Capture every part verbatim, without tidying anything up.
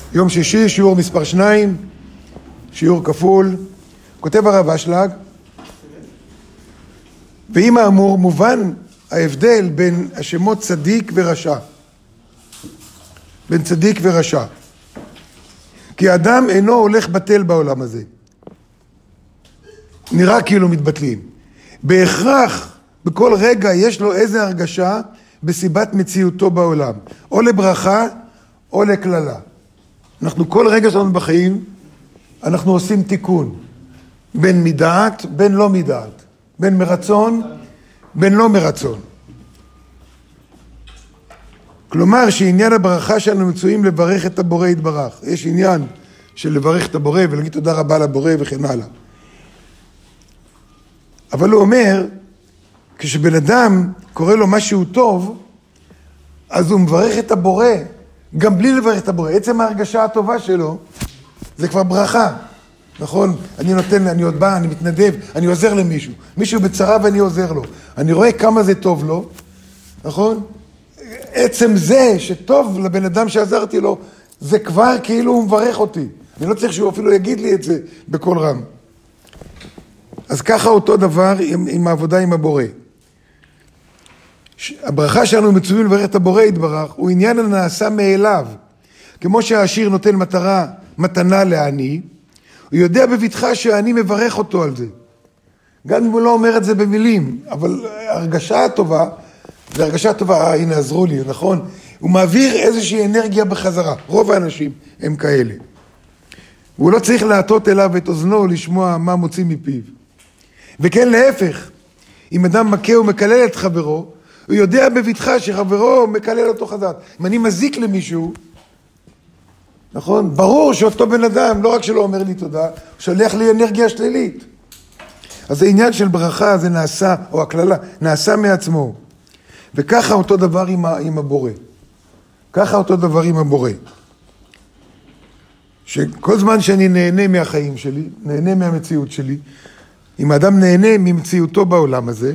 יום שישי, שיעור מספר שניים, שיעור כפול. כותב הרב אשלג, ועם האמור מובן ההבדל בין השמות צדיק ורשע. בין צדיק ורשע. כי האדם אינו הולך בטל בעולם הזה. נראה כאילו מתבטלים. בהכרח, בכל רגע יש לו איזו הרגשה בסיבת מציאותו בעולם. או לברכה או לכללה. אנחנו כל רגע שלנו בחיים, אנחנו עושים תיקון. בין מדעת, בין לא מדעת. בין מרצון, בין לא מרצון. כלומר שעניין הברכה שלנו מצויים לברך את הבורא יתברך. יש עניין של לברך את הבורא ולהגיד תודה רבה לבורא וכן הלאה. אבל הוא אומר, כשבן אדם קורא לו משהו טוב, אז הוא מברך את הבורא, גם בלי לברך את הבורא. עצם ההרגשה הטובה שלו, זה כבר ברכה. נכון? אני נותן, אני עוד בא, אני מתנדב, אני עוזר למישהו. מישהו בצרה ואני עוזר לו. אני רואה כמה זה טוב לו, נכון? עצם זה שטוב לבן אדם שעזרתי לו, זה כבר כאילו הוא מברך אותי. אני לא צריך שהוא אפילו יגיד לי את זה בכל רם. אז ככה אותו דבר עם, עם העבודה עם הבורא. הברכה שלנו מצווים לברך את הבורא יתברך, הוא עניין הנעשה מאליו. כמו שהעשיר נותן מטרה, מתנה לעני, הוא יודע בבטחה שאני מברך אותו על זה. גם אם הוא לא אומר את זה במילים, אבל הרגשה הטובה, זה הרגשה טובה, אה, הנה עזרו לי, נכון? הוא מעביר איזושהי אנרגיה בחזרה. רוב האנשים הם כאלה. והוא לא צריך להטות אליו את אוזנו לשמוע מה מוציא מפיו. וכן להפך, אם אדם מכה ומקלל את חברו, הוא יודע בבטחה שחברו מקלל אותו חזק. אם אני מזיק למישהו, נכון? ברור שאותו בן אדם, לא רק שלא אומר לי תודה, הוא שולח לי אנרגיה שלילית. אז העניין של ברכה זה נעשה, או הכללה, נעשה מעצמו. וככה אותו דבר עם, עם הבורא. ככה אותו דבר עם הבורא. שכל זמן שאני נהנה מהחיים שלי, נהנה מהמציאות שלי, אם האדם נהנה ממציאותו בעולם הזה,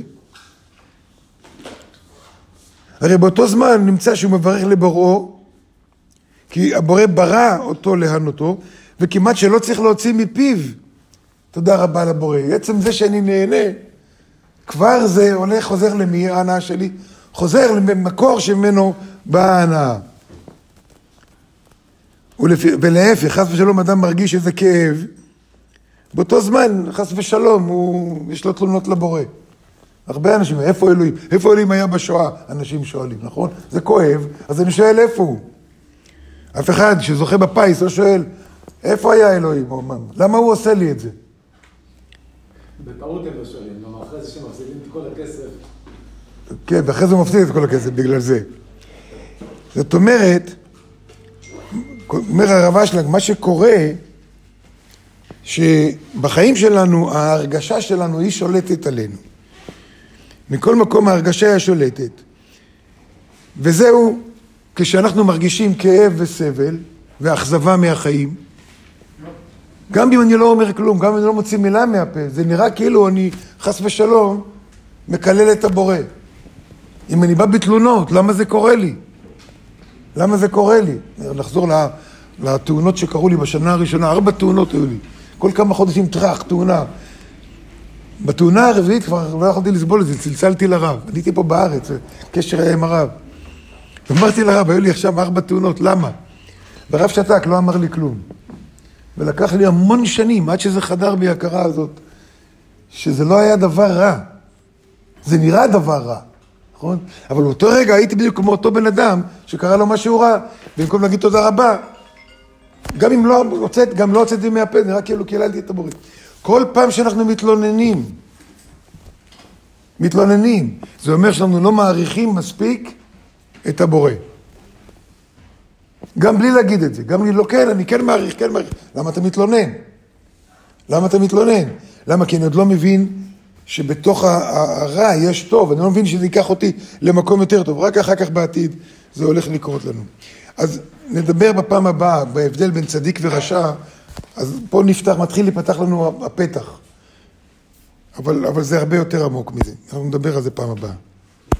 הרי באותו זמן נמצא שהוא מברך לבוראו, כי הבורא ברא אותו להנותו, וכמעט שלא צריך להוציא מפיו. תודה רבה לבורא. עצם זה שאני נהנה, כבר זה הולך, חוזר למי ההנאה שלי? חוזר למקור שממנו באה ההנאה. ולהפך, חס ושלום אדם מרגיש איזה כאב, באותו זמן, חס ושלום, הוא, יש לו תלונות לבורא. הרבה אנשים, איפה אלוהים? איפה אלוהים היה בשואה? אנשים שואלים, נכון? זה כואב, אז אני שואל איפה הוא? אף אחד שזוכה בפייס לא שואל, איפה היה אלוהים? למה הוא עושה לי את זה? בטעות הם לא שואלים, למה אחרי זה שמפסידים את כל הכסף. כן, ואחרי זה הוא מפסיד את כל הכסף בגלל זה. זאת אומרת, אומר הרב אשלג, מה שקורה, שבחיים שלנו, ההרגשה שלנו היא שולטת עלינו. מכל מקום ההרגשה היא השולטת. וזהו, כשאנחנו מרגישים כאב וסבל, ואכזבה מהחיים, גם אם אני לא אומר כלום, גם אם אני לא מוציא מילה מהפה, זה נראה כאילו אני, חס ושלום, מקלל את הבורא. אם אני בא בתלונות, למה זה קורה לי? למה זה קורה לי? נחזור לתאונות שקרו לי בשנה הראשונה, ארבע תאונות היו לי. כל כמה חודשים טרח, תאונה. בתאונה הרביעית כבר לא יכולתי לסבול את זה, צלצלתי לרב. הייתי פה בארץ, קשר היה עם הרב. אמרתי לרב, היו לי עכשיו ארבע תאונות, למה? והרב שתק, לא אמר לי כלום. ולקח לי המון שנים, עד שזה חדר בי ההכרה הזאת, שזה לא היה דבר רע. זה נראה דבר רע, נכון? אבל באותו רגע הייתי בדיוק כמו אותו בן אדם, שקרא לו משהו רע, במקום להגיד תודה רבה, גם אם לא הוצאת, גם לא הוצאתי מהפה, נראה כאילו קיללתי את הבורא. כל פעם שאנחנו מתלוננים, מתלוננים, זה אומר שאנחנו לא מעריכים מספיק את הבורא. גם בלי להגיד את זה, גם לי לא כן, אני כן מעריך, כן מעריך. למה אתה מתלונן? למה אתה מתלונן? למה? כי אני עוד לא מבין שבתוך הרע יש טוב, אני לא מבין שזה ייקח אותי למקום יותר טוב, רק אחר כך בעתיד זה הולך לקרות לנו. אז נדבר בפעם הבאה, בהבדל בין צדיק ורשע, אז פה נפתח, מתחיל להיפתח לנו הפתח. אבל, אבל זה הרבה יותר עמוק מזה, אנחנו נדבר על זה פעם הבאה.